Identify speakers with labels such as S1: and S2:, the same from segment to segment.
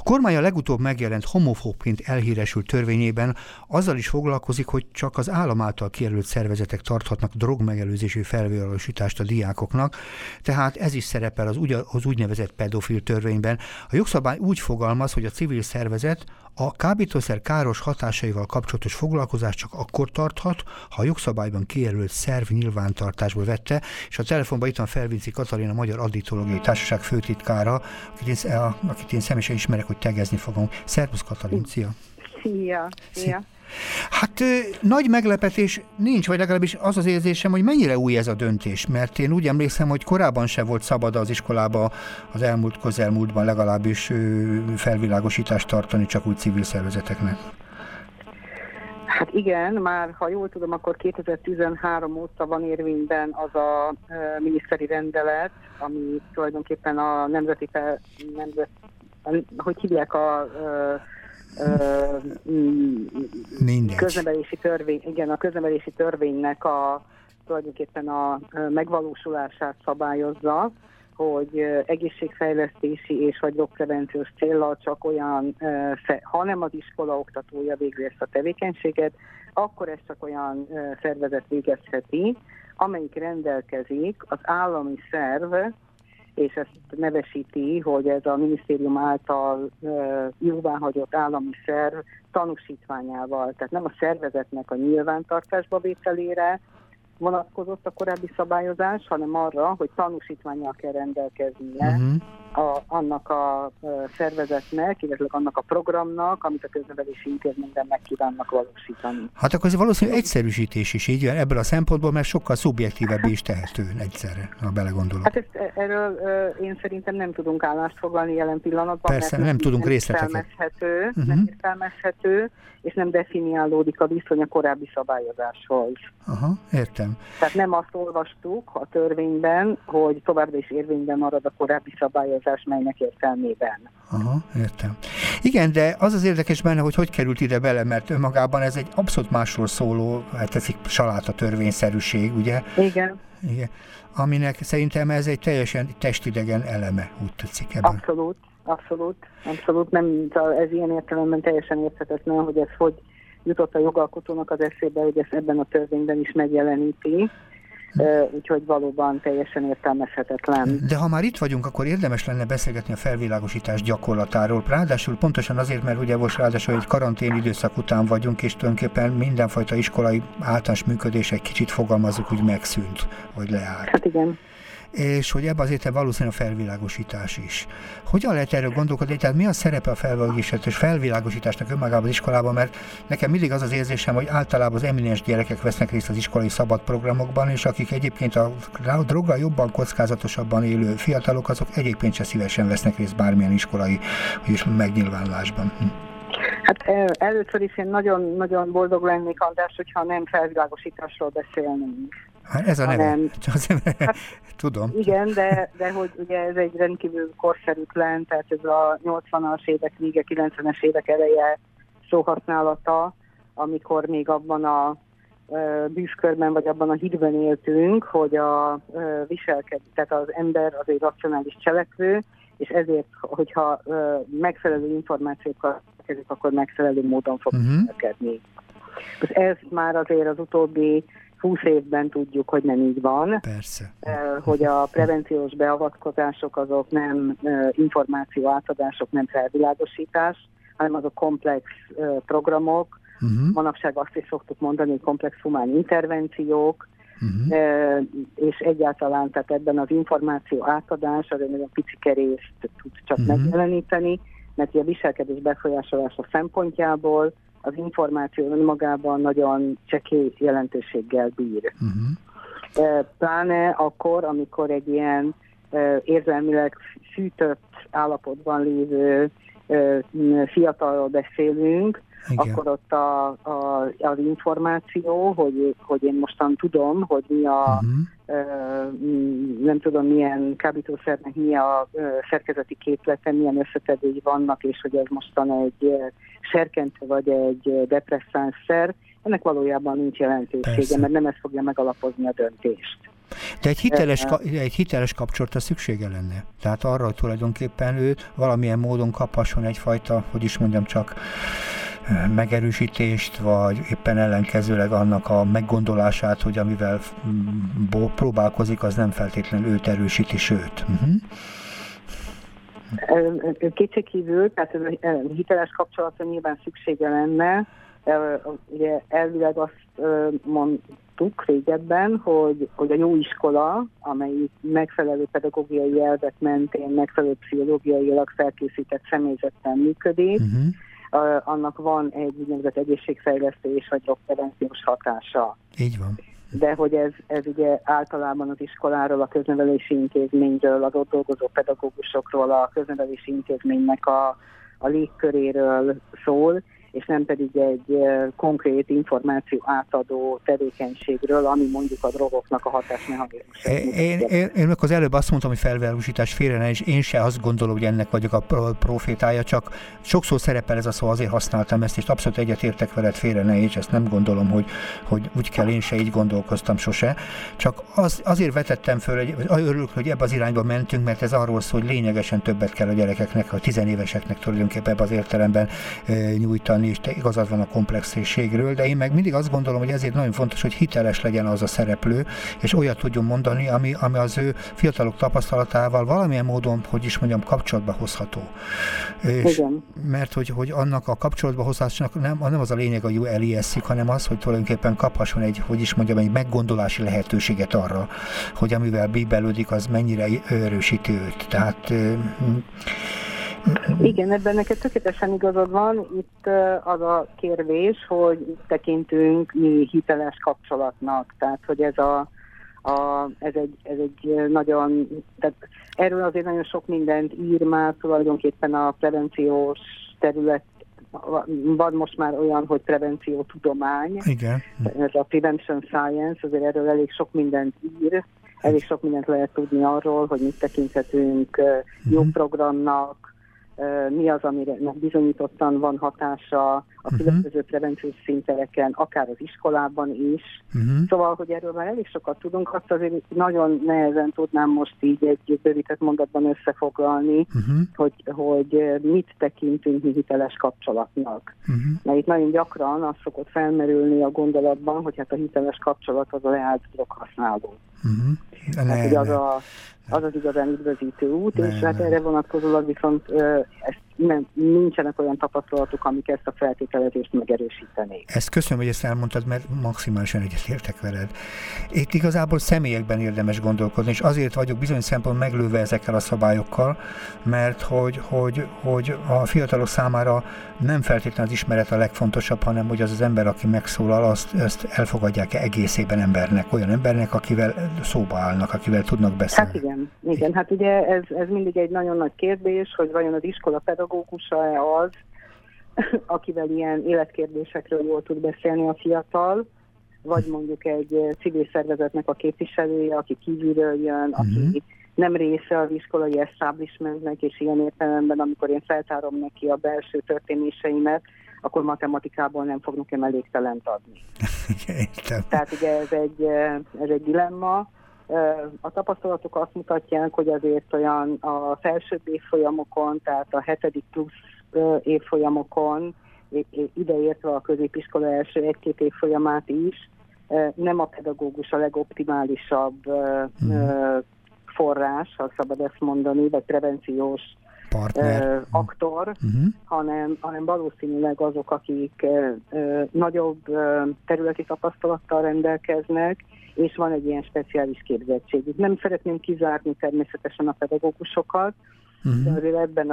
S1: kormány a legutóbb megjelent homofóbként elhíresült törvényében azzal is foglalkozik, hogy csak az állam által kijelölt szervezetek tarthatnak drogmegelőzési felvilágosítást a diákoknak, tehát ez is szerepel az úgynevezett pedofil törvényben. A jogszabály úgy fogalmaz, hogy a civil szervezet a kábítószer káros hatásaival kapcsolatos foglalkozást csak akkor tarthat, ha a jogszabályban kijelölt szerv nyilvántartásból vette, és a telefonban itt van Felvinci Katalin, a Magyar Additológiai Társaság főtitkára, akit én személyesen ismerek, hogy tegezni fogom. Szervusz Katalin, szia!
S2: Szia!
S1: Hát nagy meglepetés nincs, vagy legalábbis az az érzésem, hogy mennyire új ez a döntés, mert én úgy emlékszem, hogy korábban se volt szabad az iskolába az közelmúltban legalábbis felvilágosítást tartani csak úgy civil szervezeteknek.
S2: Hát igen, már ha jól tudom, akkor 2013 óta van érvényben az a miniszteri rendelet, ami tulajdonképpen a hogy hívják a köznevelési törvény, igen, a köznevelési törvénynek tulajdonképpen a megvalósulását szabályozza, hogy egészségfejlesztési és vagy drogprevenciós céllal csak olyan, ha nem az iskola oktatója végzi ezt a tevékenységet, akkor ezt csak olyan szervezet végezheti, amelyik rendelkezik az állami szerv, és ezt nevesíti, hogy ez a minisztérium által jóváhagyott állami szerv tanúsítványával, tehát nem a szervezetnek a nyilvántartásba vételére vonatkozott a korábbi szabályozás, hanem arra, hogy tanúsítvánnyal kell rendelkeznie annak a szervezetnek, illetve annak a programnak, amit a köznevelési intézményben meg kívánnak valósítani.
S1: Hát akkor ez valószínűleg egyszerűsítés is így van ebből a szempontból, mert sokkal szubjektívebb is tehető egyszerre, ha belegondolok.
S2: Hát erről én szerintem nem tudunk állást foglalni jelen pillanatban.
S1: Persze, nem tudunk részleteket.
S2: Nem értelmezhető, és nem definiálódik a viszony a korábbi szabályozáshoz.
S1: Aha, értem.
S2: Tehát nem azt olvastuk a törvényben, hogy továbbra is érvényben marad a korábbi szabályozás, melynek értelmében.
S1: Aha, értem. Igen, de az érdekes benne, hogy került ide bele, mert önmagában ez egy abszolút másról szóló, hát teszik saláta törvényszerűség, ugye?
S2: Igen.
S1: Igen. Aminek szerintem ez egy teljesen testidegen eleme, úgy tetszik ebben.
S2: Abszolút. Nem, ez ilyen értelemben teljesen érthetetlen, hogy ez hogy jutott a jogalkotónak az eszébe, hogy ezt ebben a törvényben is megjeleníti, úgyhogy valóban teljesen értelmezhetetlen.
S1: De ha már itt vagyunk, akkor érdemes lenne beszélgetni a felvilágosítás gyakorlatáról. Ráadásul pontosan azért, mert ugye most ráadásul egy karantén időszak után vagyunk, és tulajdonképpen mindenfajta iskolai általános működés egy kicsit fogalmazzuk, úgy megszűnt, vagy leállt.
S2: Hát igen.
S1: És hogy ebben azért valószínűleg a felvilágosítás is. Hogyan lehet erről gondolkodni? Tehát mi a szerepe a felvilágosításnak önmagában az iskolában? Mert nekem mindig az az érzésem, hogy általában az eminens gyerekek vesznek részt az iskolai szabad programokban, és akik egyébként a droggal jobban, kockázatosabban élő fiatalok, azok egyébként se szívesen vesznek részt bármilyen iskolai megnyilvánulásban.
S2: Hát először is én nagyon-nagyon boldog lennék, András, hogyha nem felvilágosításról beszélnénk.
S1: Hát ez a neve. Hát, tudom.
S2: Igen, de hogy ugye ez egy rendkívül korszerűtlen, tehát ez a 80-as évek vége, 90-es évek eleje szóhasználata, amikor még abban a bűskörben, vagy abban a hitben éltünk, hogy a tehát az ember az egy racionális cselekvő, és ezért, hogyha megfelelő információkkal kezdjük, akkor megfelelő módon fog működni. Ez már azért az utóbbi 20 évben tudjuk, hogy nem így van.
S1: Persze.
S2: Hogy a prevenciós beavatkozások azok nem információ átadások, nem felvilágosítás, hanem azok komplex programok. Manapság azt is szoktuk mondani, hogy komplex humán intervenciók, és egyáltalán tehát ebben az információ átadás az egy nagyon picike részt tud csak megjeleníteni, mert a viselkedés befolyásolása szempontjából az információ önmagában nagyon csekély jelentőséggel bír. Pláne akkor, amikor egy ilyen érzelmileg fűtött állapotban lévő fiatalról beszélünk, igen. Akkor ott az információ, hogy én mostan tudom, hogy mi a nem tudom milyen kábítószernek mi a szerkezeti képlete, milyen összetevői vannak, és hogy ez mostan egy serkentő vagy egy depresszáns szer, ennek valójában nincs jelentősége, mert nem ez fogja megalapozni a döntést.
S1: De egy hiteles kapcsolatra szüksége lenne. Tehát arra, hogy tulajdonképpen ő valamilyen módon kaphasson egyfajta, hogy is mondjam, csak megerősítést, vagy éppen ellenkezőleg annak a meggondolását, hogy amivel próbálkozik, az nem feltétlenül őt erősíti, sőt.
S2: Kétségkívül, tehát hiteles kapcsolatra nyilván szüksége lenne. Ugye elvileg azt mondtuk régebben, hogy a jó iskola, amelyik megfelelő pedagógiai elvek mentén, megfelelő pszichológiailag felkészített személyzettel működik, annak van egy úgynevezett egészségfejlesztés vagy drogprevenciós hatása.
S1: Így van.
S2: De hogy ez ugye általában az iskoláról, a köznevelési intézményről, az ott dolgozó pedagógusokról, a köznevelési intézménynek a légköréről szól, és nem pedig egy konkrét információ átadó tevékenységről, ami mondjuk a drogoknak a hatásmechanizmusa.
S1: Én az előbb azt mondtam, hogy felvilágosítás félre ne, és én se azt gondolom, hogy ennek vagyok a profétája, csak sokszor szerepel ez a szó, azért használtam ezt, és abszolút egyetértek veled, félre ne, és ezt nem gondolom, hogy úgy kell, én se így gondolkoztam sose. Csak azért vetettem föl, örülök, hogy ebbe az irányba mentünk, mert ez arról szól, hogy lényegesen többet kell a gyerekeknek, a tizenéveseknek tulajdonképpen ebbe az értelemben nyújtani, és te igazad van a komplexségről, de én meg mindig azt gondolom, hogy ezért nagyon fontos, hogy hiteles legyen az a szereplő, és olyat tudjon mondani, ami az ő fiatalok tapasztalatával valamilyen módon, hogy is mondjam, kapcsolatba hozható. És mert hogy annak a kapcsolatba hozásnak nem az a lényeg, hogy jó eliesszik, hanem az, hogy tulajdonképpen kaphasson egy meggondolási lehetőséget arra, hogy amivel bíbelődik, az mennyire erősíti őt. Tehát
S2: igen, ebben neked tökéletesen igazad van. Itt az a kérdés, hogy tekintünk mi hiteles kapcsolatnak. Tehát, hogy ez egy nagyon... Tehát erről azért nagyon sok mindent ír már tulajdonképpen a prevenciós terület. Van most már olyan, hogy prevenció tudomány.
S1: Igen.
S2: Ez a prevention science, azért erről elég sok mindent ír. Elég sok mindent lehet tudni arról, hogy mit tekinthetünk jó programnak, mi az, amire bizonyítottan van hatása a különböző prevenciós szintereken, akár az iskolában is. Szóval, hogy erről már elég sokat tudunk, azt azért nagyon nehezen tudnám most így egy bővített mondatban összefoglalni, hogy mit tekintünk mi hiteles kapcsolatnak. Mert itt nagyon gyakran az szokott felmerülni a gondolatban, hogy hát a hiteles kapcsolat az a leállt droghasználó. Tehát, az az igazán üdvözítő út, és hát erre vonatkozólag viszont nincsenek olyan tapasztalatok, amik ezt a feltételezést megerősítenék.
S1: Ezt köszönöm, hogy ezt elmondtad, mert maximálisan egyetértek veled. Itt igazából személyekben érdemes gondolkodni, és azért vagyok bizony szempont meglőve ezekkel a szabályokkal, mert hogy a fiatalok számára nem feltétlenül az ismeret a legfontosabb, hanem hogy az ember, aki megszólal, azt elfogadják egészében embernek, olyan embernek, akivel szóba állnak, akivel tudnak beszélni.
S2: Hát igen, hát ugye ez mindig egy nagyon nagy kérdés, hogy vajon az iskola pedagógusa-e az, akivel ilyen életkérdésekről jól tud beszélni a fiatal, vagy mondjuk egy civil szervezetnek a képviselője, aki kívülről jön, aki nem része az iskolai establishmentnek, és ilyen értelemben, amikor én feltárom neki a belső történéseimet, akkor matematikából nem fog nekem elégtelent adni. Tehát ugye ez egy dilemma. A tapasztalatok azt mutatják, hogy azért olyan a felsőbb évfolyamokon, tehát a 7. plusz évfolyamokon, ideértve a középiskola első 1-2 évfolyamát is, nem a pedagógus a legoptimálisabb forrás, ha szabad ezt mondani, vagy prevenciós aktor, hanem valószínűleg azok, akik nagyobb területi tapasztalattal rendelkeznek, és van egy ilyen speciális képzettségük. Nem szeretném kizárni természetesen a pedagógusokat, de azért ebben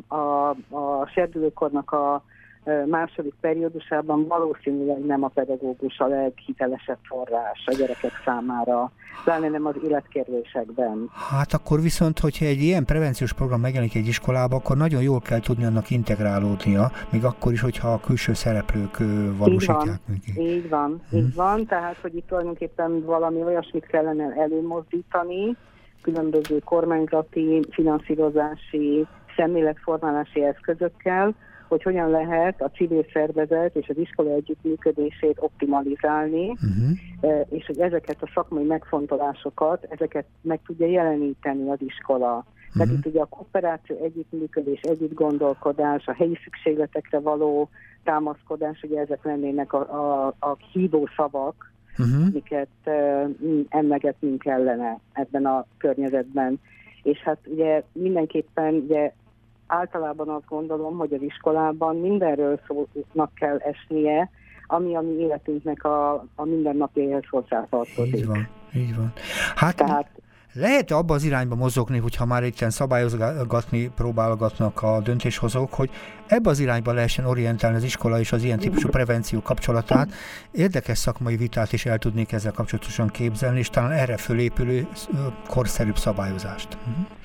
S2: a serdülőkornak a második periódusában valószínűleg nem a pedagógus a leghitelesebb forrás a gyerekek számára, pláne nem az életkérdésekben.
S1: Hát akkor viszont, hogyha egy ilyen prevenciós program megjelenik egy iskolába, akkor nagyon jól kell tudni annak integrálódnia, még akkor is, hogyha a külső szereplők valósítják.
S2: Így van, tehát, hogy itt tulajdonképpen valami olyasmit kellene előmozdítani, különböző kormányzati, finanszírozási szemléletformálási eszközökkel, hogy hogyan lehet a civil szervezet és az iskola együttműködését optimalizálni, és hogy ezeket a szakmai megfontolásokat, ezeket meg tudja jeleníteni az iskola. Tehát itt ugye a kooperáció, együttműködés, együttgondolkodás, a helyi szükségletekre való támaszkodás, ugye ezek lennének a hívó szavak, amiket emlegetnünk kellene ebben a környezetben. És hát ugye mindenképpen ugye általában azt gondolom, hogy az iskolában mindenről szónak kell esnie, ami a mi életünknek a mindennapjaihoz hozzátartozik.
S1: Így van. Hát tehát, lehet abba az irányba mozogni, hogyha már itt szabályozgatni próbálgatnak a döntéshozók, hogy ebbe az irányba lehessen orientálni az iskola és az ilyen típusú prevenció kapcsolatát. Érdekes szakmai vitát is el tudnék ezzel kapcsolatosan képzelni, és talán erre fölépülő korszerűbb szabályozást.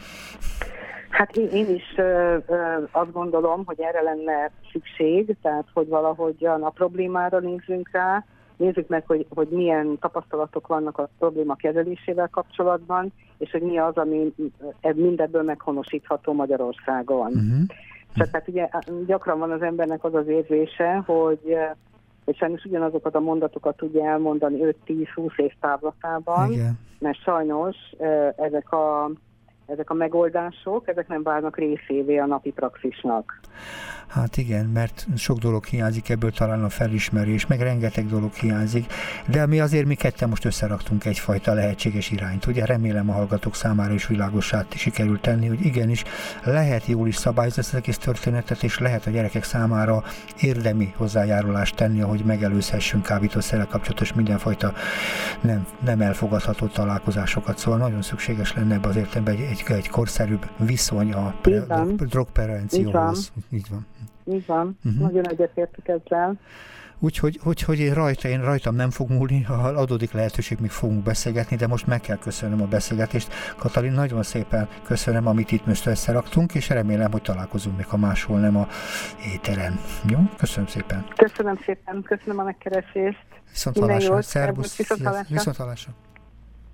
S2: Hát én is azt gondolom, hogy erre lenne szükség, tehát hogy valahogyan a problémára nézzünk rá, nézzük meg, hogy milyen tapasztalatok vannak a probléma kezelésével kapcsolatban, és hogy mi az, ami mindebből meghonosítható Magyarországon. Csak hát ugye gyakran van az embernek az az érzése, hogy sajnos ugyanazokat a mondatokat tudja elmondani 5-10-20 év távlatában, mert sajnos ezek a megoldások, ezek nem válnak részévé a napi praxisnak.
S1: Hát igen, mert sok dolog hiányzik ebből, talán a felismerés, meg rengeteg dolog hiányzik, de mi ketten most összeraktunk egyfajta lehetséges irányt. Ugye remélem a hallgatók számára is világossá sikerült tenni, hogy igenis lehet jól is szabályozni ezt az egész történetet, és lehet a gyerekek számára érdemi hozzájárulást tenni, ahogy megelőzhessünk kábítószerrel kapcsolatos mindenfajta nem elfogadható találkozásokat. Szóval nagyon szükséges lenne ebbe az értelemben egy korszerűbb viszony a drogprevencióhoz.
S2: Így van. Nagyon egyetértek ezzel.
S1: Úgyhogy én rajtam nem fog múlni, ha adódik lehetőség, még fogunk beszélgetni, de most meg kell köszönnöm a beszélgetést. Katalin, nagyon szépen köszönöm, amit itt most összeraktunk, és remélem, hogy találkozunk még, ha máshol nem a éteren. Jó? Köszönöm szépen.
S2: Köszönöm a megkeresést.
S1: Viszonthallásra. Szervusz.
S2: Viszonthallásra.